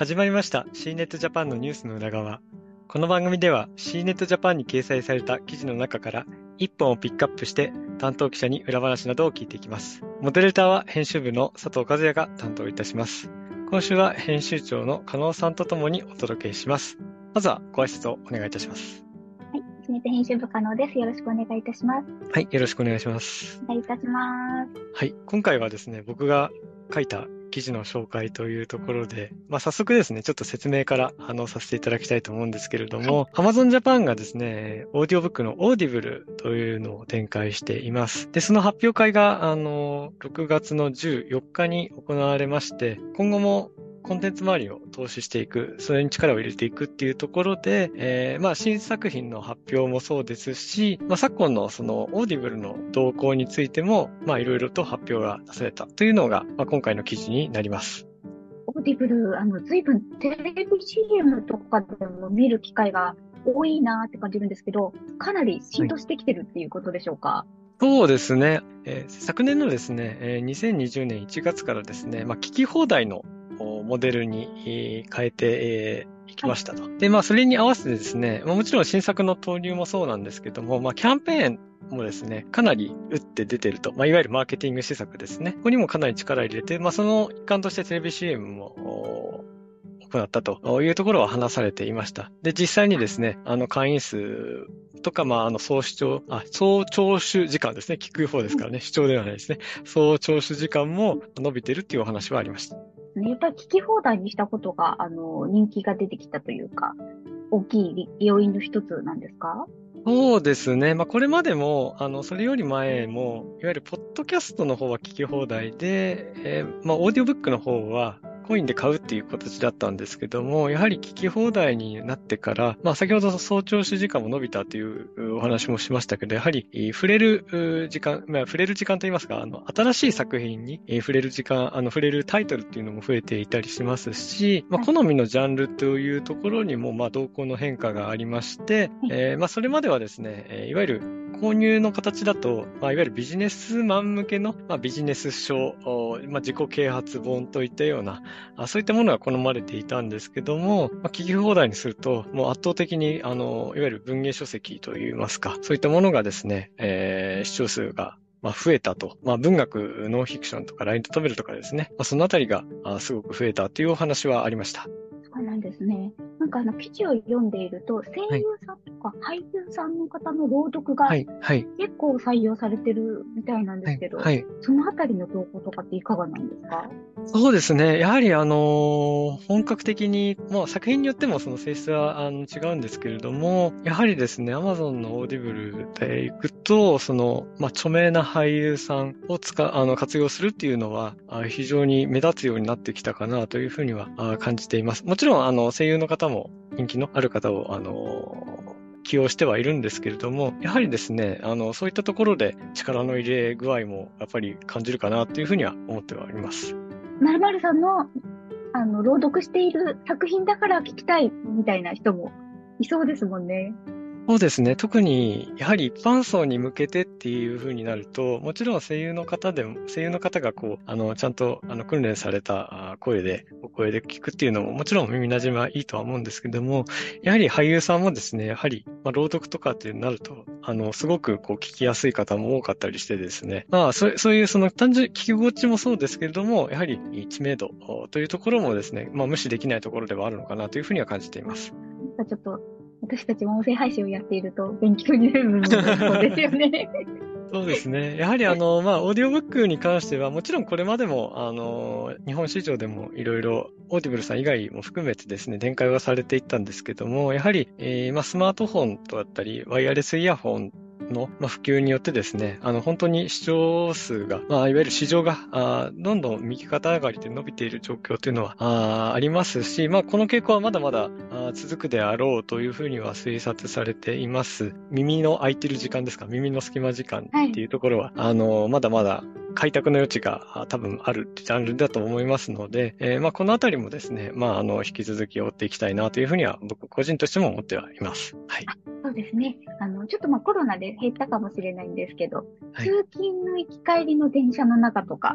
始まりました C ネットジャパンのニュースの裏側。この番組では C ネットジャパンに掲載された記事の中から1本をピックアップして担当記者に裏話などを聞いていきます。モデレーターは編集部の佐藤和也が担当いたします。今週は編集長の加納さんとともにお届けします。まずはご挨拶をお願いいたします。 はい、新ネ編集部加納です。よろしくお願いいたします。 はい、よろしくお願いします。 お願いいたします。 はい、今回はですね、僕が書いた記事の紹介というところで、早速ですね、ちょっと説明からさせていただきたいと思うんですけれども、Amazon Japan がですね、オーディオブックのオーディブルというのを展開しています。で、その発表会が、6月の14日に行われまして、今後もコンテンツ周りを投資していく、それに力を入れていくっていうところで、新作品の発表もそうですし、昨今のそのオーディブルの動向についても、いろいろと発表が出されたというのが、今回の記事になります。 オーディブル、随分テレビ CM とかでも見る機会が多いなって感じるんですけど、かなり浸透してきてるっていうことでしょうか？ そうですね。昨年のですね、2020年1月からですね、聞き放題のモデルに変えていきましたと。で、それに合わせてですね、もちろん新作の投入もそうなんですけども、キャンペーンもですね、かなり打って出てると。いわゆるマーケティング施策ですね。ここにもかなり力を入れて、その一環としてテレビ CM も行ったというところは話されていました。で、実際にですね、会員数とか、総聴取時間ですね。聞く方ですからね。視聴ではないですね。総聴取時間も伸びてるっていうお話はありました。 やっぱり聞き放題にしたことが、人気が出てきたというか、大きい要因の一つなんですか？ そうですね。これまでも、それより前も、いわゆるポッドキャストの方は聞き放題で、オーディオブックの方はコインで買うっていう形だったんですけども、やはり聞き放題になってから、先ほど総聴取時間も伸びたというお話もしましたけど、やはり触れる時間、触れる時間といいますか、新しい作品に触れる時間、触れるタイトルっていうのも増えていたりしますし、好みのジャンルというところにも、動向の変化がありまして、それまではですね、いわゆる購入の形だと、いわゆるビジネスマン向けの、ビジネス書、自己啓発本といったような、そういったものが好まれていたんですけども、聞き放題にすると、もう圧倒的に、いわゆる文芸書籍といいますか、そういったものがですね、視聴数が増えたと。文学、ノンフィクションとか、ライトノベルとかですね。そのあたりがすごく増えたというお話はありました。 そうなんですね。なんか記事を読んでいると、声はい。 優さんとか俳優さんの方の朗読がはい。はい。 結構採用されてるみたいなんではい。 すけど、 はい。 そのあたりの動向とかっていかがなんですか？ そうですね。やはり、本格的に、作品によってもその性質は違うんですけれども、やはりですね、Amazon のオーディブルで行くと、著名な俳優さんを活用するっていうのは、非常に目立つようになってきたかなというふうには感じています。もちろん、声優の方も人気のある方を、起用してはいるんですけれども、やはりですね、そういったところで力の入れ具合もやっぱり感じるかなというふうには思ってはおります。 〇〇さんの、朗読している作品だから聞きたいみたいな人もいそうですもんね。 そうですね。特に、やはり一般層に向けてっていう風になると、もちろん声優の方でも、声優の方がちゃんと、訓練されたお声で聞くっていうのも、もちろん耳馴染みはいいとは思うんですけども、やはり俳優さんもですね、やはり、朗読とかってなると、すごく聞きやすい方も多かったりしてですね、そういう単純に聞き心地もそうですけれども、やはり知名度というところもですね、無視できないところではあるのかなというふうには感じています。 なんかちょっと、私たちも音声配信をやっていると勉強になる部分もそうですよね。 そうですね。やはりオーディオブックに関しては、もちろんこれまでも、日本市場でもいろいろ、オーディブルさん以外も含めてですね、展開はされていったんですけども、やはり、スマートフォンとだったり、ワイヤレスイヤホンの、普及によってですね、本当に視聴数が、いわゆる市場が、どんどん右肩上がりで伸びている状況というのは、ありますし、この傾向はまだまだ続くであろうというふうには推察されています。耳の空いてる時間ですか、耳の隙間時間はい。 っていうところは、まだまだ開拓の余地が多分あるジャンルだと思いますので、このあたりもですね、引き続き追っていきたいなというふうには僕個人としても思ってはいます。はい。 そうですね。ちょっとコロナで減ったかもしれないんですけど、 はい。 通勤の行き帰りの電車の中とか、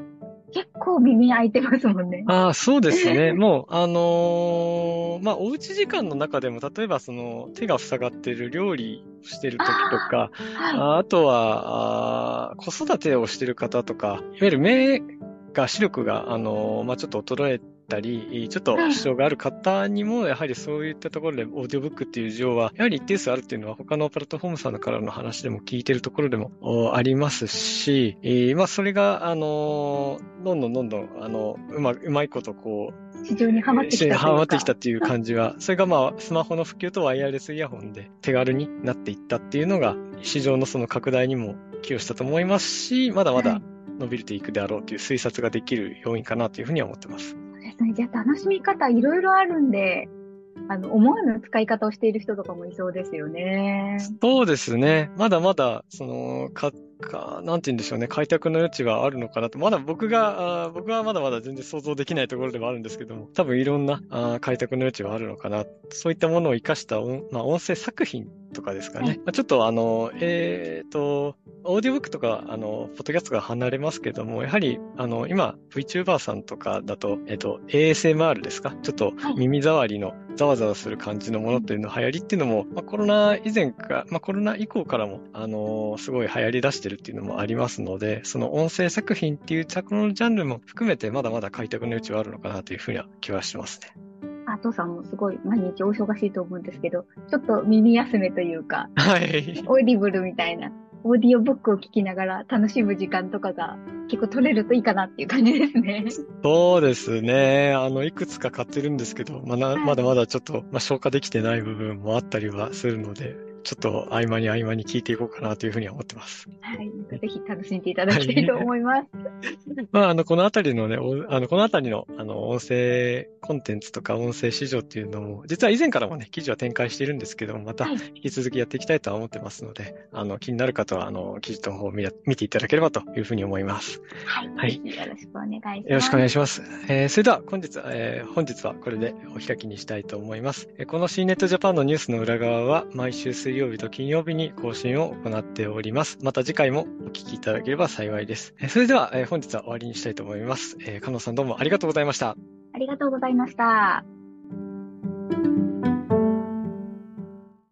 結構耳開いてますもんね。 ああ、そうですね。もう、まあ、おうち時間の中でも、例えば手が塞がっている料理をしている時とあか、 あ、はい。 あとは、子育てをしている方とか、いわゆる目が、視力が、まあ、ちょっと衰えたり、ちょっと支はい。 障がある方にも、やはりそういったところで、オーディオブックっていう需要は、やはり一定数あるっていうのは、他のプラットフォームさんからの話でも聞いているところでもありますし、まあ、それが、どんどんどんどん、うまいこと、 市場にはまってきたとハマってきたいうか。 っていう感じは、それがまあ、スマホの普及とワイヤレスイヤホンで手軽になっていったっていうのが、市場のその拡大にも寄与したと思いますし、まだまだはい。 伸びていくであろうという推察ができる要因かなというふうには思ってます。 そうですね。じゃあ楽しみ方いろいろあるんで、思わぬ使い方をしている人とかもいそうですよね。 そうですね。まだまだ、なんて言うんでしょうね。開拓の余地はあるのかなと。まだ僕はまだまだ全然想像できないところではあるんですけども、多分いろんな開拓の余地はあるのかな。そういったものを活かしたまあ、音声作品とかですかね。 はい。 まあ、ちょっとオーディオブックとか、ポッドキャストが離れますけども、やはり、今、VTuber さんとかだと、ASMR ですか？ちょっとはい。 耳障りのざわざわする感じのものっていうの流行りっていうのも、まあ、コロナ以前か、まあ、コロナ以降からも、すごい流行り出してるっていうのもありますので、その音声作品っていう着のジャンルも含めて、まだまだ開拓の余地はあるのかなというふうな気はしますね。 あとさんもすごい毎日お忙しいと思うんですけど、ちょっと耳休めというか、 はい。 オーディブルみたいな、オーディオブックを聞きながら楽しむ時間とかが結構取れるといいかなっていう感じですね。 そうですね。いくつか買ってるんですけど、まはい。 だまだちょっと、まあ、消化できてない部分もあったりはするので、ちょっと合間に聞いていこうかなというふうには思ってます。 はい。なんかぜひ楽しんでいただはい。 きたいと思います。 まあ、このあたりのね、このあたりの、音声コンテンツとか音声市場っていうのも、実は以前からもね、記事は展開しているんですけども、またはい。 引き続きやっていきたいとは思ってますので、気になる方は、記事の方を見ていただければというふうに思います。 はい。 はい。 ぜひよろしくお願いしよろしくおます。 願いします。それでは本日はこれでお開きにしたいと思います。この C ネットジャパンのニュースの裏側は毎週水曜日と金曜日に更新を行っております。また次回もお聞きいただければ幸いです。それでは本日は終わりにしたいと思います。加納さんどうもありがとうございました。 ありがとうございました。